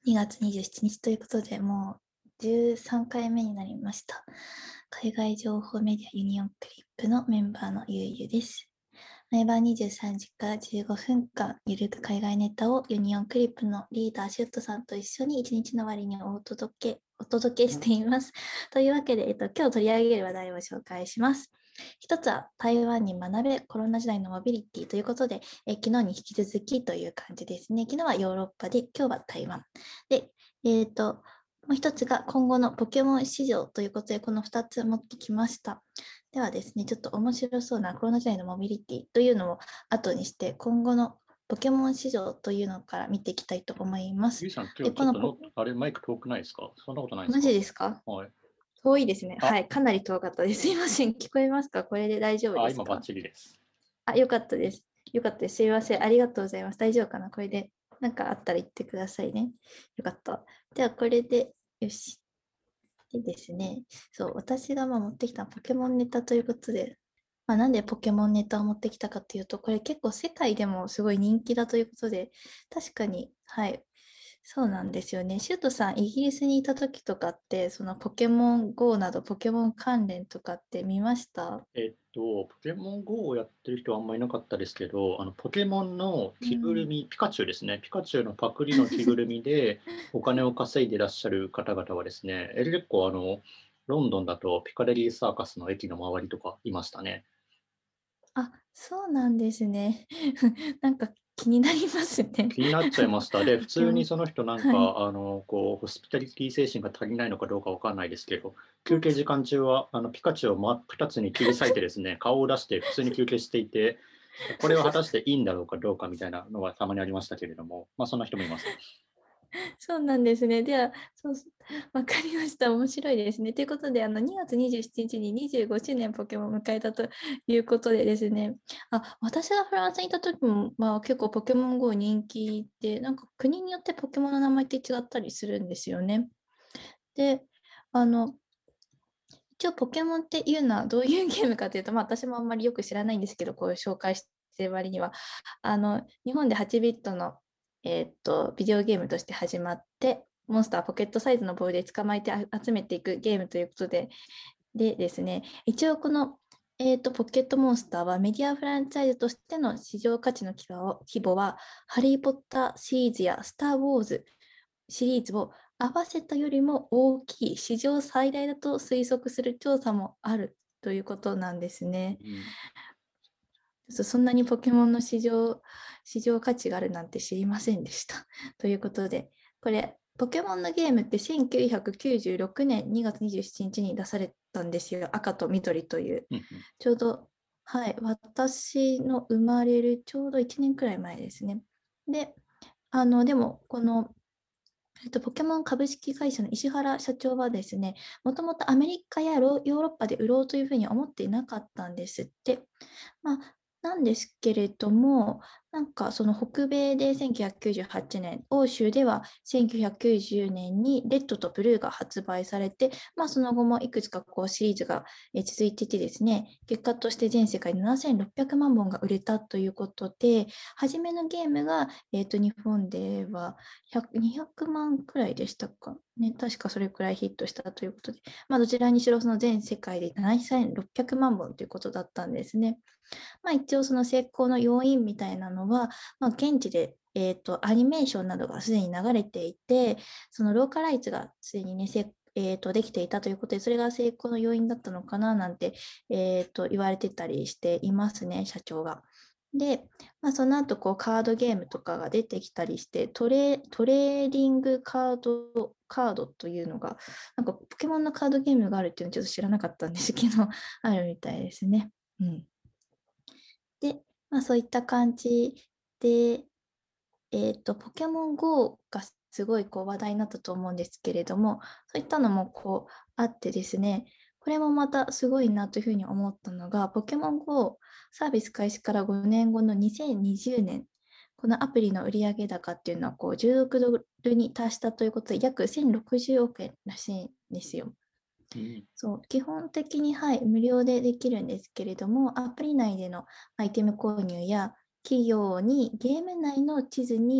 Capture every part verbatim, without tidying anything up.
にがつにじゅうしちにちということで、もうじゅうさんかいめになりました。海外情報メディアユニオンクリップのメンバーのゆうゆです。毎晩にじゅうさんじからじゅうごふんかん、ゆるく海外ネタをユニオンクリップのリーダーシュットさんと一緒に一日の終わりにお届け、お届けしています。というわけで、えっと、今日取り上げる話題を紹介します。一つは台湾に学べコロナ時代のモビリティということで、え昨日に引き続きという感じですね。昨日はヨーロッパで、今日は台湾。で、えっ、ー、と、もう一つが今後のポケモン市場ということで、この二つ持ってきました。ではですね、ちょっと面白そうなコロナ時代のモビリティというのを後にして、今後のポケモン市場というのから見ていきたいと思います。 ゆいさん、今で、 日ちょっとの、 このポ、 あれ、マイク遠くないですか？そんなことないですマか？ ジですか？ はい。 遠いですね。 あ、 はい、かなり遠かったです。すいません。聞こえますか？これで大丈夫あ、今バッですか？ チリです。 あ、よかったです。よかったです。すいません。ありがとうございます。大丈夫かな？これで。なんかあったら言ってくださいね。よかった。では、これで、よし。でですね、そう、私がまあ持ってきたポケモンネタということで、まあ、なんでポケモンネタを持ってきたかというと、これ結構世界でもすごい人気だということで、確かに、はい、そうなんですよね。シュートさん、イギリスにいた時とかって、そのポケモン ゴー などポケモン関連とかって見ました？ えっと、ポケモン ゴー をやってる人はあんまりいなかったですけど、あの、ポケモンのうん。 着ぐるみ、ピカチュウですね。ピカチュウのパクリの着ぐるみでお金を稼いでいらっしゃる方々はですね、え結構あの、ロンドンだとピカデリーサーカスの駅の周りとかいましたね。 あ、そうなんですね。なんか気になりますね。 気になっちゃいました。で、普通にポケモン。 その人なんはい。 か、あの、こう、ホスピタリティ精神が足りないのかどうかわかんないですけど、休憩時間中は、あの、ピカチュウを真っ二つに切り裂いてですね、顔を出して普通に休憩していて、これは果たしていいんだろうかどうかみたいなのがたまにありましたけれども、まあ、そんな人もいます。 そうなんですね。では、そう、わかりました。面白いですね。ということで、あの、にがつにじゅうしちにちににじゅうごしゅうねんポケモンを迎えたということでですね、あ、私がフランスにいた時も、まあ、結構ポケモン ゴー 人気で、なんか国によってポケモンの名前って違ったりするんですよね。で、あの、一応ポケモンっていうのはどういうゲームかというと、まあ私もあんまりよく知らないんですけど、こういう紹介してる割には、あの、日本ではちビットの、えーっと、ビデオゲームとして始まって、モンスターポケットサイズのボールで捕まえてあ集めていくゲームということで、でですね、一応この、えーっと、ポケットモンスターはメディアフランチャイズとしての市場価値の規模規模は、ハリー・ポッターシリーズやスター・ウォーズ、シリーズを合わせたよりも大きい、史上最大だと推測する調査もあるということなんですね。 うん、 そんなにポケモンの市場、市場価値があるなんて知りませんでした。ということで、これ、ポケモンのゲームってせんきゅうひゃくきゅうじゅうろくねんにがつにじゅうしちにちにちに出されたんですよ。赤と緑という。 うん、うん。 ちょうど、はい、私の生まれるちょうどいちねんくらい前ですね。で、あの、でも、このえっと、ポケモン株式会社の石原社長はですね、もともとアメリカやロヨーロッパで売ろうというふうに思っていなかったんですって。まあ、なんですけれども、なんかその北米でせんきゅうひゃくきゅうじゅうはちねん、欧州ではせんきゅうひゃくきゅうじゅうねんにレッドとブルーが発売されて、まあ、その後もいくつかこうシリーズが続いていてですね、結果として全世界ななせんろっぴゃくまんぼんが売れたということで、初めのゲームが、えっと、日本ではひゃく、にひゃくまんくらいでしたかね。確かそれくらいヒットしたということで、まあ、どちらにしろその全世界でななせんろっぴゃくまんぼんということだったんですね。まあ、一応その成功の要因みたいなのは、まあ、現地で、えっと、アニメーションなどがすでに流れていて、そのローカライズがすでにね、せえーと、できていたということで、それが成功の要因だったのかななんて、えーと、言われてたりしていますね、社長が。で、まあ、その後こうカードゲームとかが出てきたりして、トレ、トレーディングカード、カードというのが、なんかポケモンのカードゲームがあるっていうのちょっと知らなかったんですけど、あるみたいですね。うん。で、まあそういった感じで、えっと、ポケモン ゴー がすごいこう話題になったと思うんですけれども、そういったのもこうあってですね、これもまたすごいなというふうに思ったのが、ポケモン ゴー サービス開始からごねんごのにせんにじゅうねん、このアプリの売上高っていうのはこうじゅうろくドルに達したということで、約せんろくじゅうおく円らしいんですよ。 うん、 そう、基本的に、はい、無料でできるんですけれども、アプリ内でのアイテム購入や企業にゲーム内の地図に、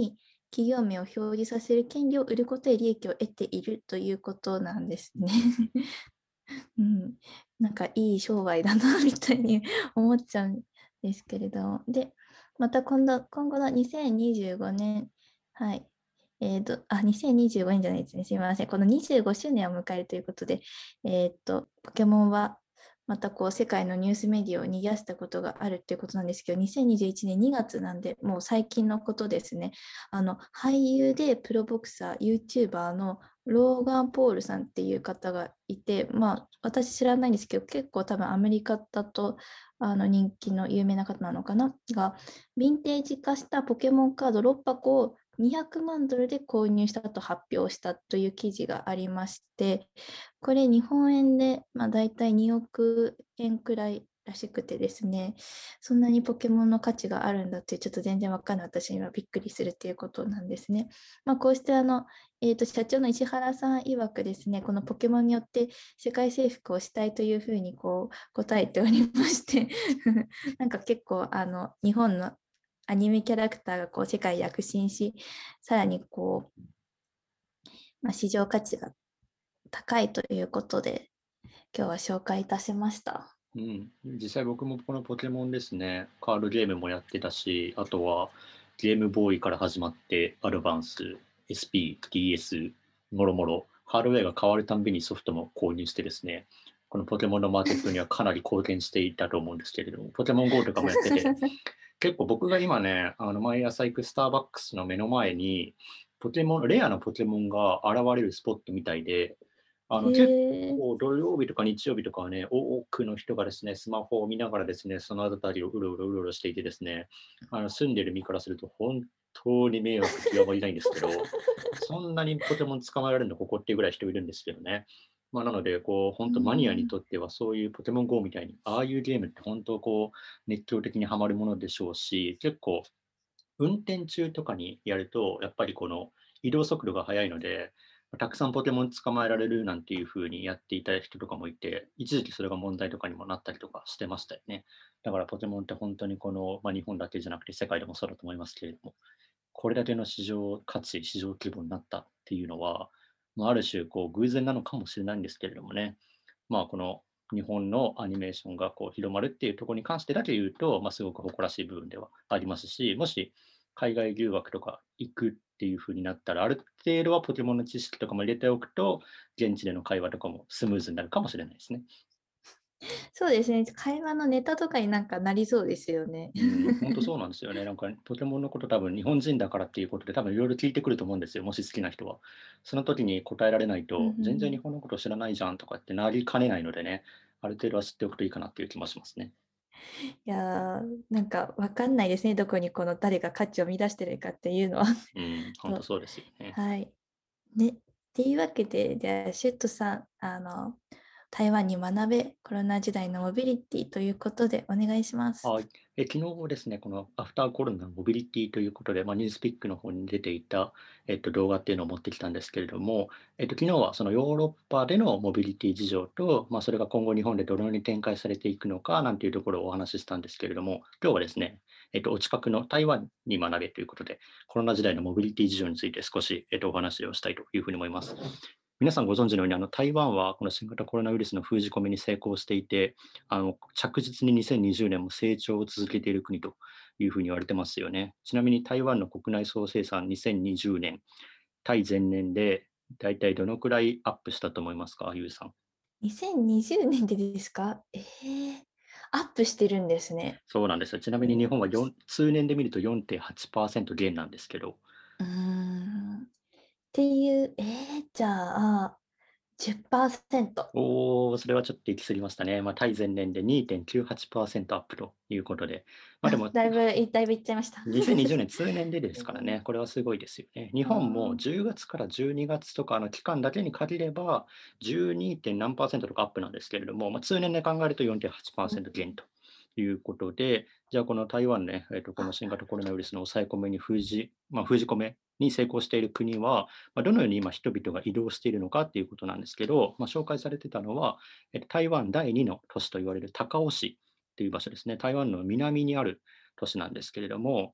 企業名を表示させる権利を売ることで利益を得ているということなんですね。うん、なんかいい商売だなみたいに思っちゃうんですけれど、で、また今度今後のにせんにじゅうごねん、はい、えっ、と、あ、にせんにじゅうごねんじゃないですね、すみません。このにじゅうごしゅうねんを迎えるということで、えっ、と、ポケモンはまたこう世界のニュースメディアを賑やしたことがあるっていうことなんですけど、にせんにじゅういちねんにがつなんで、もう最近のことですね。あの俳優でプロボクサー、YouTuber のローガン・ポールさんっていう方がいて、まあ、私知らないんですけど、結構多分アメリカだとあの人気の有名な方なのかなが、ヴィンテージ化したポケモンカードろっぱこをにひゃくまんドルで購入したと発表したという記事がありまして、これ日本円で、まあ、大体におくえんくらいらしくてですね、そんなにポケモンの価値があるんだって、ちょっと全然わかんない私にはびっくりするっていうことなんですね。まあ、こうしてあの、えーと、社長の石原さん曰くですね、このポケモンによって世界征服をしたいというふうにこう答えておりましてなんか結構あの日本のアニメキャラクターがこう世界躍進し、さらにこう、まあ、市場価値が高いということで、今日は紹介いたしました。 うん、実際僕もこのポケモンですね、カードゲームもやってたし、あとはゲームボーイから始まってアドバンス、エスピー、ディーエス、もろもろ、ハードウェアが変わるたんびにソフトも購入してですね、このポケモンのマーケットにはかなり貢献していたと思うんですけれども、ポケモン ゴー とかもやってて、結構僕が今ね、あの毎朝行くスターバックスの目の前に、ポケモン、レアなポケモンが現れるスポットみたいで、あの結へえ。 構土曜日とか日曜日とかはね、多くの人がですね、スマホを見ながらですね、その辺りをうろうろうろうろしていてですね、あの住んでる身からすると本当に迷惑極まりないんですけど、そんなにポケモン捕まえられるのここっていうぐらい人いるんですけどね。まあ、なので、こう、 う本当マニアにん。 とってはそういうポケモン ゴー みたいに、ああいうゲームって本当こう、熱狂的にはまるものでしょうし、結構運転中とかにやると、やっぱりこの移動速度が速いので、たくさんポケモン捕まえられるなんていう風にやっていた人とかもいて、一時期それが問題とかにもなったりとかしてましたよね。だからポケモンって本当にこの、まあ、日本だけじゃなくて世界でもそうだと思いますけれども、これだけの市場価値、市場規模になったっていうのは、まあ、ある種こう偶然なのかもしれないんですけれどもね。まあ、この日本のアニメーションがこう広まるっていうところに関してだけ言うと、まあ、すごく誇らしい部分ではありますし、もし海外留学とか行くっていう風になったら、ある程度はポケモンの知識とかも入れておくと、現地での会話とかもスムーズになるかもしれないですね。 そうですね。会話のネタとかになんかなりそうですよね。 うん、本当そうなんですよね。なんかポケモンのこと多分日本人だからっていうことで多分いろいろ聞いてくると思うんですよ、もし好きな人は。その時に答えられないうんうと、全然日ん。 本のこと知らないじゃんとかってなりかねないのでね、ある程度は知っておくといいかなっていう気もしますね。 いやー、なんかわかんないですね。どこにこの誰が価値を見出してるかっていうのは。 うん、本当と、 そうですよね。 はい。ね。っていうわけで、じゃあ、シュットさん、あの、台湾に学べ、コロナ時代のモビリティということでお願いします。 はい。え、昨日ですね、このアフターコロナのモビリティということで、まあ、ニュースピックの方に出ていた、えっと、動画っていうのを持ってきたんですけれども、えっと、昨日はそのヨーロッパでのモビリティ事情と、まあ、それが今後日本でどのように展開されていくのかなんていうところをお話ししたんですけれども、今日はですね、えっと、お近くの台湾に学べということで、コロナ時代のモビリティ事情について少し、えっと、お話をしたいというふうに思います。皆さんご存知のように、あの台湾はこの新型コロナウイルスの封じ込めに成功していて、あの着実ににせんにじゅうねんも成長を続けている国というふうに言われてますよね。ちなみに台湾の国内総生産にせんにじゅうねん、対前年でだいたいどのくらいアップしたと思いますか、ゆうさん。 にせんにじゅうねんでですか？えー、アップしてるんですね。 そうなんですよ。ちなみに日本はよん通年で見るとよんてんはちパーセント減なんですけど、 うーん。っていう、えー、じゃあ、じゅっパーセント。 おお、それはちょっと行き過ぎましたね。まあ、対前年でにてんきゅうはちパーセントアップということで、まあ、であ、 もだいぶ、いだいぶいっちゃいました。 にせんにじゅうねん通年でですからね、これはすごいですよね。日あ本もー、 じゅうがつからじゅうにがつとかの期間だけに限れば、じゅうに. 点何パーセントとかアップなんですけれども、まあ、通年で考えるとよんてんはちパーセント減ということで、じゃあこの台湾ね、えっと、この新型コロナウイルスの抑え込みに封じ、まあ、封じ込めに成功している国は、まあ、どのように今人々が移動しているのかっていうことなんですけど、まあ、紹介されてたのは、えっと、台湾だいにの都市と言われる高雄市っていう場所ですね。台湾の南にある都市なんですけれども、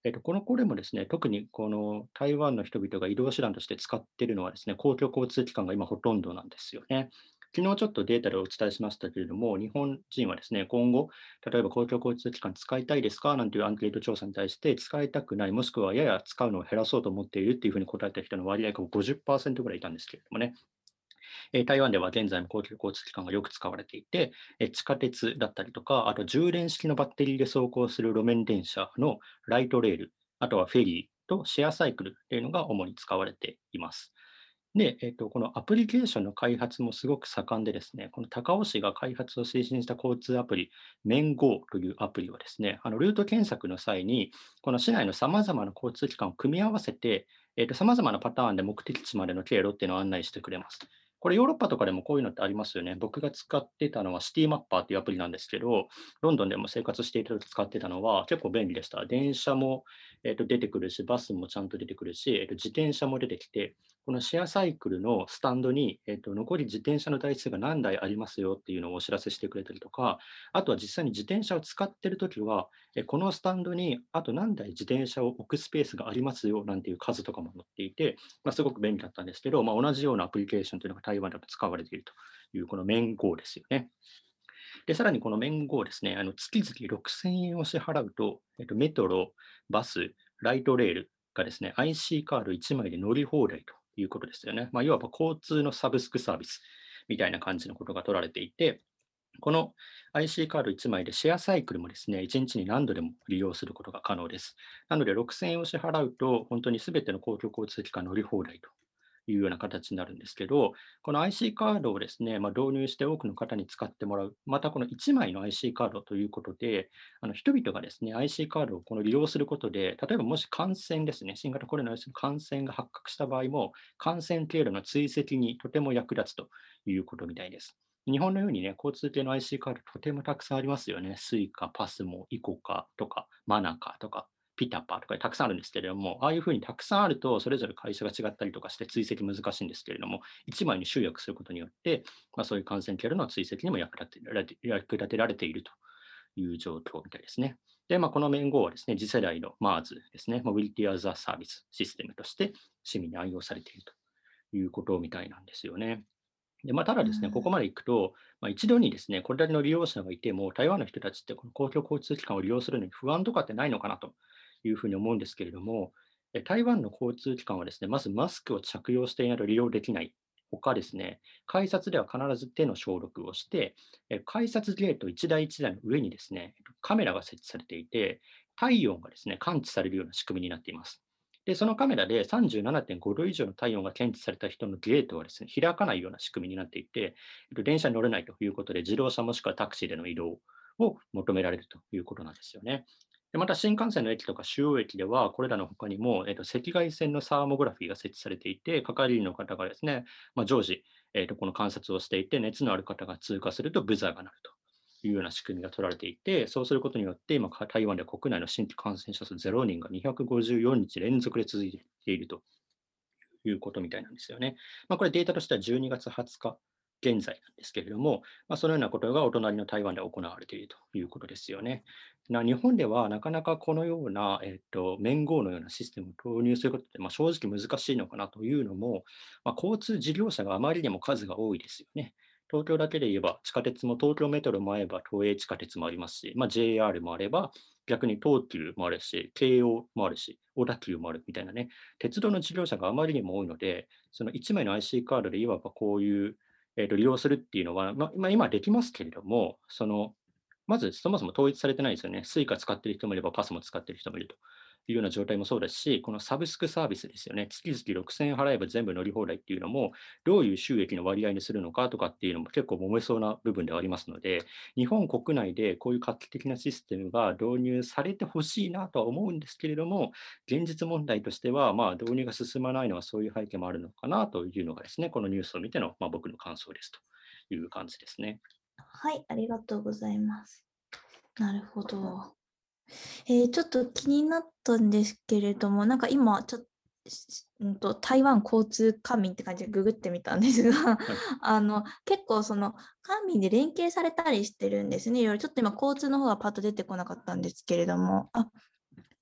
えっと、このこれもですね、特にこの台湾の人々が移動手段として使っているのはですね、公共交通機関が今ほとんどなんですよね。昨日ちょっとデータでお伝えしましたけれども、日本人はですね、今後、例えば公共交通機関使いたいですかなんていうアンケート調査に対して、使いたくない、もしくはやや使うのを減らそうと思っているっていうふうに答えた人の割合がごじゅっパーセントぐらいいたんですけれどもね。えー台湾では現在も公共交通機関がよく使われていて、えー地下鉄だったりとか、あと充電式のバッテリーで走行する路面電車のライトレール、あとはフェリーとシェアサイクルというのが主に使われています。で、えっと、このアプリケーションの開発もすごく盛んでですね、この高尾市が開発を推進した交通アプリ、メンゴーというアプリはですね、あのルート検索の際に、この市内のさまざまな交通機関を組み合わせて、えっと、さまざまなパターンで目的地までの経路っていうのを案内してくれます。これヨーロッパとかでもこういうのってありますよね。僕が使ってたのはシティマッパーっていうアプリなんですけど、ロンドンでも生活していた時使ってたのは結構便利でした。電車も、えっと、出てくるし、バスもちゃんと出てくるし、えっと、自転車も出てきて、このシェアサイクルのスタンドに、えっと、残り自転車の台数が何台ありますよっていうのをお知らせしてくれたりとか、あとは実際に自転車を使っているときは、えこのスタンドにあと何台自転車を置くスペースがありますよなんていう数とかも載っていて、まあ、すごく便利だったんですけど、まあ、同じようなアプリケーションというのが台湾でも使われているというこのメンゴーですよね。で、さらにこのメンゴーですね、あの月々ろくせんえんを支払うと、えっと、メトロ、バス、ライトレールがですね、アイシー カードいちまいで乗り放題ということですよね。まあ、いわば交通のサブスクサービスみたいな感じのことが取られていて、この アイシー カードいちまいでシェアサイクルもですね、いちにちに何度でも利用することが可能です。なので、ろくせんえんを支払うと、本当にすべての公共交通機関乗り放題というような形になるんですけど、この アイシー カードをですね、まあ、導入して多くの方に使ってもらう。またこのいちまいの アイシー カードということで、あの人々がですね、アイシー カードをこの利用することで、例えばもし感染ですね、新型コロナウイルスの感染が発覚した場合も、感染経路の追跡にとても役立つということみたいです。日本のようにね、交通系の アイシー カードとてもたくさんありますよね。スイカ、パスモ、イコカとか、マナカとか、ピタパとかたくさんあるんですけれども、ああいうふうにたくさんあると、それぞれ会社が違ったりとかして追跡難しいんですけれども、いちまいに集約することによって、まあ、そういう感染経路の追跡にも役立てられて役立てられているという状況みたいですね。で、まあ、この面号はですね、次世代の マーズ ですね、モビリティアザーサービスシステムとして市民に愛用されているということみたいなんですよね。で、まあ、ただですね、ここうん、 まで行くと、まあ、一度にですね、これだけの利用者がいても、台湾の人たちってこの公共交通機関を利用するのに不安とかってないのかなというふうに思うんですけれども、え台湾の交通機関はですね、まずマスクを着用していないと利用できない。ほかですね、改札では必ず手の消毒をして、え改札ゲート一台一台の上にですね、カメラが設置されていて、体温がですね、感知されるような仕組みになっています。で、そのカメラでさんじゅうななてんごど以上の体温が検知された人のゲートはですね、開かないような仕組みになっていて、えっと電車に乗れないということで、自動車もしくはタクシーでの移動を求められるということなんですよね。でまた、新幹線の駅とか主要駅では、これらの他にも、えっと、赤外線のサーモグラフィーが設置されていて、係員の方がですね、まあ、常時、えっと、この観察をしていて、熱のある方が通過するとブザーが鳴るというような仕組みが取られていて、そうすることによって、今、台湾では国内の新規感染者数ゼロにんがにひゃくごじゅうよっか連続で続いているということみたいなんですよね。まあ、これデータとしてはじゅうにがつはつか現在なんですけれども、まあ、そのようなことがお隣の台湾で行われているということですよね。な日本ではなかなかこのような、えっと、面号のようなシステムを導入することって、まあ、正直難しいのかなというのも、まあ、交通事業者があまりにも数が多いですよね。東京だけで言えば、地下鉄も東京メトロもあれば、東映地下鉄もありますし、まあ、ジェイアール もあれば、逆に東急もあるし、京王もあるし、小田急もあるみたいなね、鉄道の事業者があまりにも多いので、そのいちまいの アイシー カードでいわばこういう、えーと利用するっていうのは、ままあ、今できますけれども、そのまずそもそも統一されてないですよね。スイカ使ってる人もいれば、パスも使ってる人もいるというような状態もそうですし、このサブスクサービスですよね。月々ろくせんえん払えば全部乗り放題っていうのも、どういう収益の割合にするのかとかっていうのも結構揉めそうな部分ではありますので、日本国内でこういう画期的なシステムが導入されてほしいなとは思うんですけれども、現実問題としては、まあ、導入が進まないのはそういう背景もあるのかなというのがですね、このニュースを見ての、まあ、僕の感想ですという感じですね。 はい、ありがとうございます。なるほど。えーちょっと気になったんですけれども、なんか今、ちょっと、うんと、台湾交通官民って感じでググってみたんですが、 はい。 あの、結構その、官民で連携されたりしてるんですね。いろいろ、ちょっと今、交通の方がパッと出てこなかったんですけれども、あ、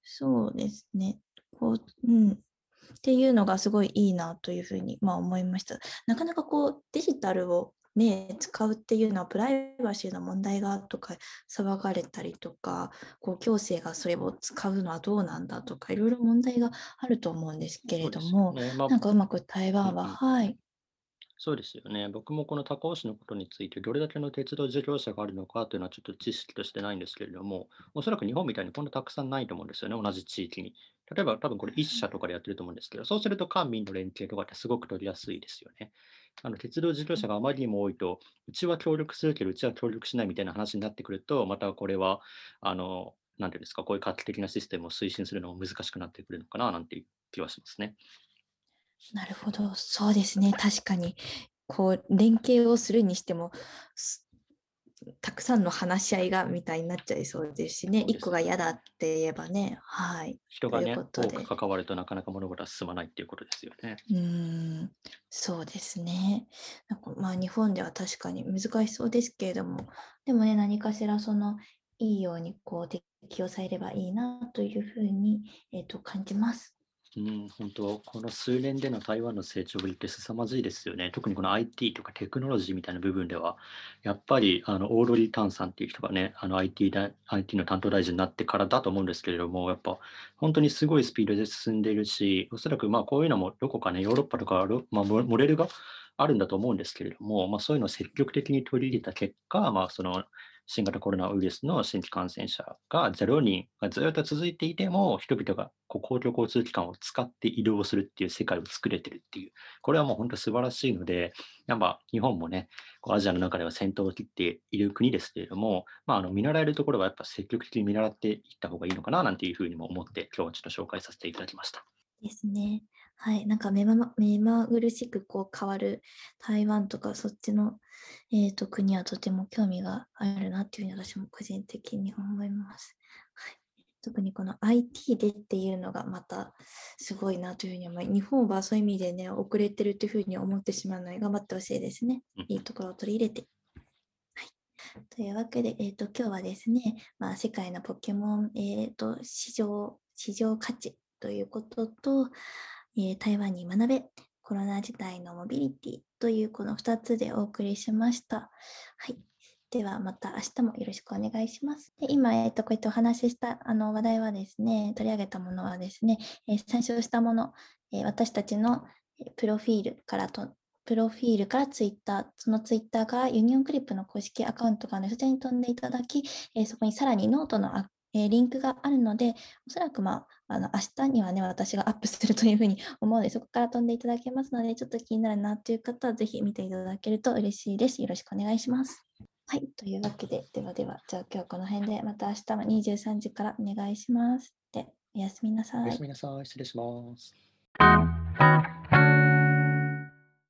そうですね。こう、うん。っていうのがすごいいいなというふうに、まあ、思いました。なかなかこうデジタルをね、使うっていうのはプライバシーの問題がとか騒がれたりとか、こう行政がそれを使うのはどうなんだとか、いろいろ問題があると思うんですけそうでれども、 すよね。まあ、 なんかうまく台湾は、 うんうん。 はい。 そうですよね。僕もこの高尾市のことについて、どれだけの鉄道事業者があるのかというのはちょっと知識としてないんですけれども、おそらく日本みたいにこんなたくさんないと思うんですよね、同じ地域に。例えば多分これ一社とかでやってると思うんですけど、そうすると官民の連携とかってすごく取りやすいですよね。あの鉄道事業者があまりにも多いと、うちは協力するけど、うちは協力しないみたいな話になってくると、またこれは、あの、なんていうんですか、こういう画期的なシステムを推進するのも難しくなってくるのかななんていう気はしますね。 なるほど、そうですね、確かに。こう連携をするにしても、すたくさんの話し合いがみたいになっちゃいそうですしね、1 そうですよ個が嫌だっね。 て言えばね、はい。というこ人がね、多くとで、 関わるとなかなか物事は進まないっていうことですよね。 うーん、そうですね。なんかまあ日本では確かに難しそうですけれども、でもね、何かしらそのいいようにこう適用されればいいなというふうに、えーと感じます。 うん、本当、この数年での台湾の成長ぶりって凄まじいですよね。特にこの アイティー とかテクノロジーみたいな部分では、やっぱりあのオードリー・タンさんっていう人がね、あの アイティー だ アイティー の担当大臣になってからだと思うんですけれども、やっぱ本当にすごいスピードで進んでいるし、おそらくまあこういうのもどこかね、ヨーロッパとかロ、まあ、モモデルがあるんだと思うんですけれども、まあ、そういうのを積極的に取り入れた結果、まあ、その新型コロナウイルスの新規感染者がゼロにんがずっと続いていても、人々がこう公共交通機関を使って移動するっていう世界を作れてるっていう、これはもう本当素晴らしいので、やっぱ日本もね、こうアジアの中では先頭を切っている国ですけれども、まあ、あの見習えるところはやっぱ積極的に見習っていった方がいいのかななんていうふうにも思って、今日はちょっと紹介させていただきました。 ですね。はい。なんか目ま目まぐるしくこう変わる台湾とかそっちの、えーと、国はとても興味があるなっていうふうに私も個人的に思います。はい。特にこの アイティー でっていうのがまたすごいなというふうに思い、日本はそういう意味でね、遅れてるというふうに思ってしまうので頑張ってほしいですね。 うんいいところを取り入れて。はい。というわけで、えーと、今日はですね、まあ、世界のポケモン、えーと、市場、市場価値ということと、えー台湾に学べ、コロナ時代のモビリティというこのふたつでお送りしました。はい。ではまた明日もよろしくお願いします。で今、えーと、こうやってお話ししたあの話題はですね、取り上げたものはですね、えー参照したもの、えー私たちのプロフィールからとプロフィールからツイッター、そのツイッターからユニオンクリップの公式アカウントがあるので、そちらに飛んでいただき、えーそこにさらにノートのあえーリンクがあるので、おそらく、まあ、あの明日にはね、私がアップするというふうに思うので、そこから飛んでいただけますので、ちょっと気になるなという方は、ぜひ見ていただけると嬉しいです。よろしくお願いします。はい、というわけで、ではでは、じゃあ今日はこの辺で、また明日はにじゅうさんじからお願いします。で、おやすみなおやさい。 すみなさい。失礼します。